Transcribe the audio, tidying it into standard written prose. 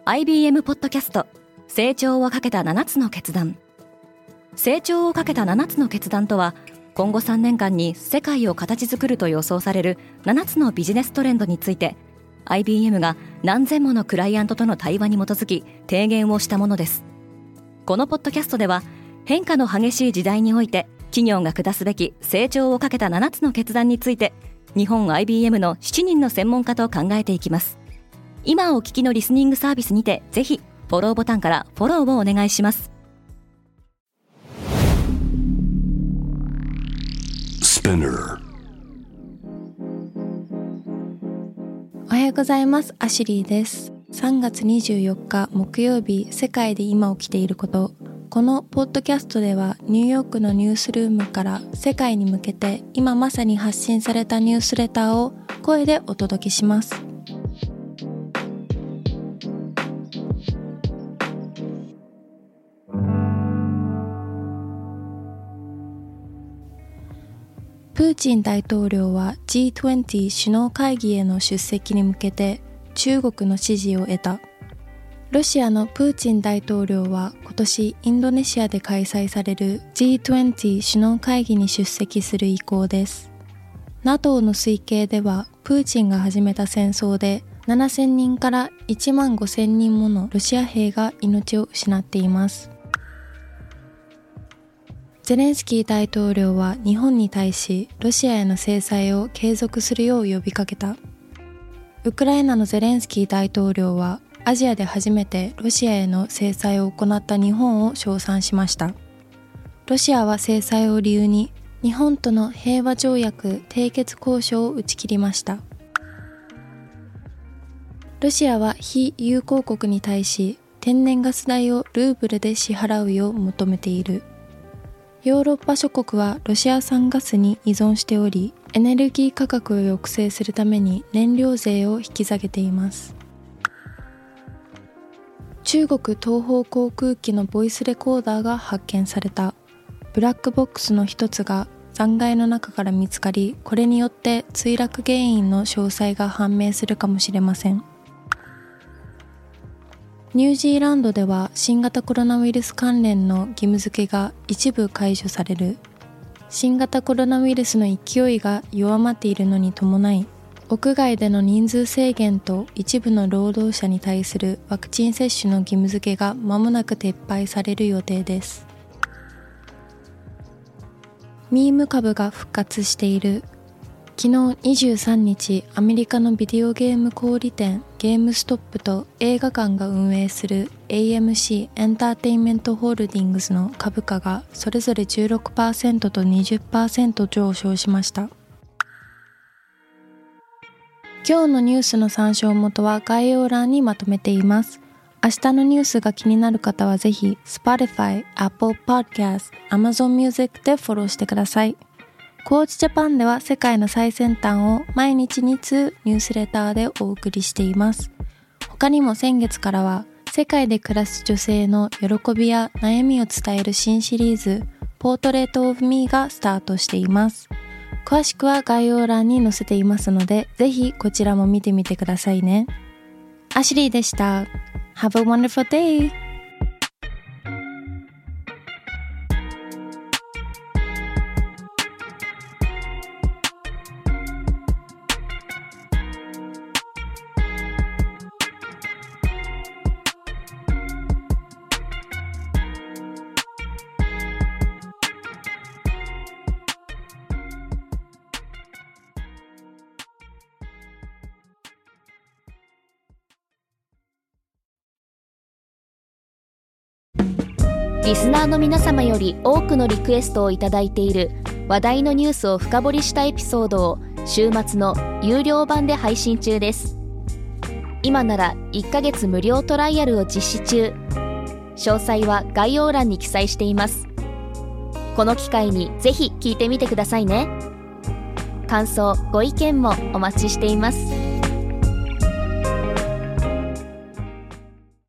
IBM ポッドキャスト成長をかけた7つの決断。成長をかけた7つの決断とは、今後3年間に世界を形作ると予想される7つのビジネストレンドについて IBM が何千ものクライアントとの対話に基づき提言をしたものです。このポッドキャストでは、変化の激しい時代において企業が下すべき成長をかけた7つの決断について、日本 IBM の7人の専門家と考えていきます。今お聞きのリスニングサービスにて、ぜひフォローボタンからフォローをお願いします。 おはようございます。アシュリーです。3月24日木曜日、世界で今起きていること。このポッドキャストでは、ニューヨークのニュースルームから世界に向けて今まさに発信されたニュースレターを声でお届けします。プーチン大統領は G20 首脳会議への出席に向けて中国の支持を得た。ロシアのプーチン大統領は今年インドネシアで開催される G20 首脳会議に出席する意向です。NATO の推計では、プーチンが始めた戦争で7000人から1万5000人ものロシア兵が命を失っています。ゼレンスキー大統領は日本に対し、ロシアへの制裁を継続するよう呼びかけた。ウクライナのゼレンスキー大統領は、アジアで初めてロシアへの制裁を行った日本を称賛しました。ロシアは制裁を理由に、日本との平和条約締結交渉を打ち切りました。ロシアは非友好国に対し、天然ガス代をルーブルで支払うよう求めている。ヨーロッパ諸国はロシア産ガスに依存しており、エネルギー価格を抑制するために燃料税を引き下げています。中国東方航空機のボイスレコーダーが発見された。ブラックボックスの一つが残骸の中から見つかり、これによって墜落原因の詳細が判明するかもしれません。ニュージーランドでは新型コロナウイルス関連の義務付けが一部解除される。新型コロナウイルスの勢いが弱まっているのに伴い、屋外での人数制限と一部の労働者に対するワクチン接種の義務付けが間もなく撤廃される予定です。ミーム株が復活している。昨日23日、アメリカのビデオゲーム小売店ゲームストップと映画館が運営する AMC エンターテインメントホールディングスの株価がそれぞれ 16% と 20% 上昇しました。今日のニュースの参照元は概要欄にまとめています。明日のニュースが気になる方はぜひ Spotify、Apple Podcast、Amazon Music でフォローしてください。コーチジャパンでは世界の最先端を毎日2通ニュースレターでお送りしています。他にも先月からは世界で暮らす女性の喜びや悩みを伝える新シリーズポートレートオブミーがスタートしています。詳しくは概要欄に載せていますので、ぜひこちらも見てみてくださいね。アシュリーでした。Have a wonderful day! リスナーの皆様より多くのリクエストをいただいている話題のニュースを深掘りしたエピソードを週末の有料版で配信中です。今なら1ヶ月無料トライアルを実施中。詳細は概要欄に記載しています。この機会にぜひ聞いてみてくださいね。感想、ご意見もお待ちしています。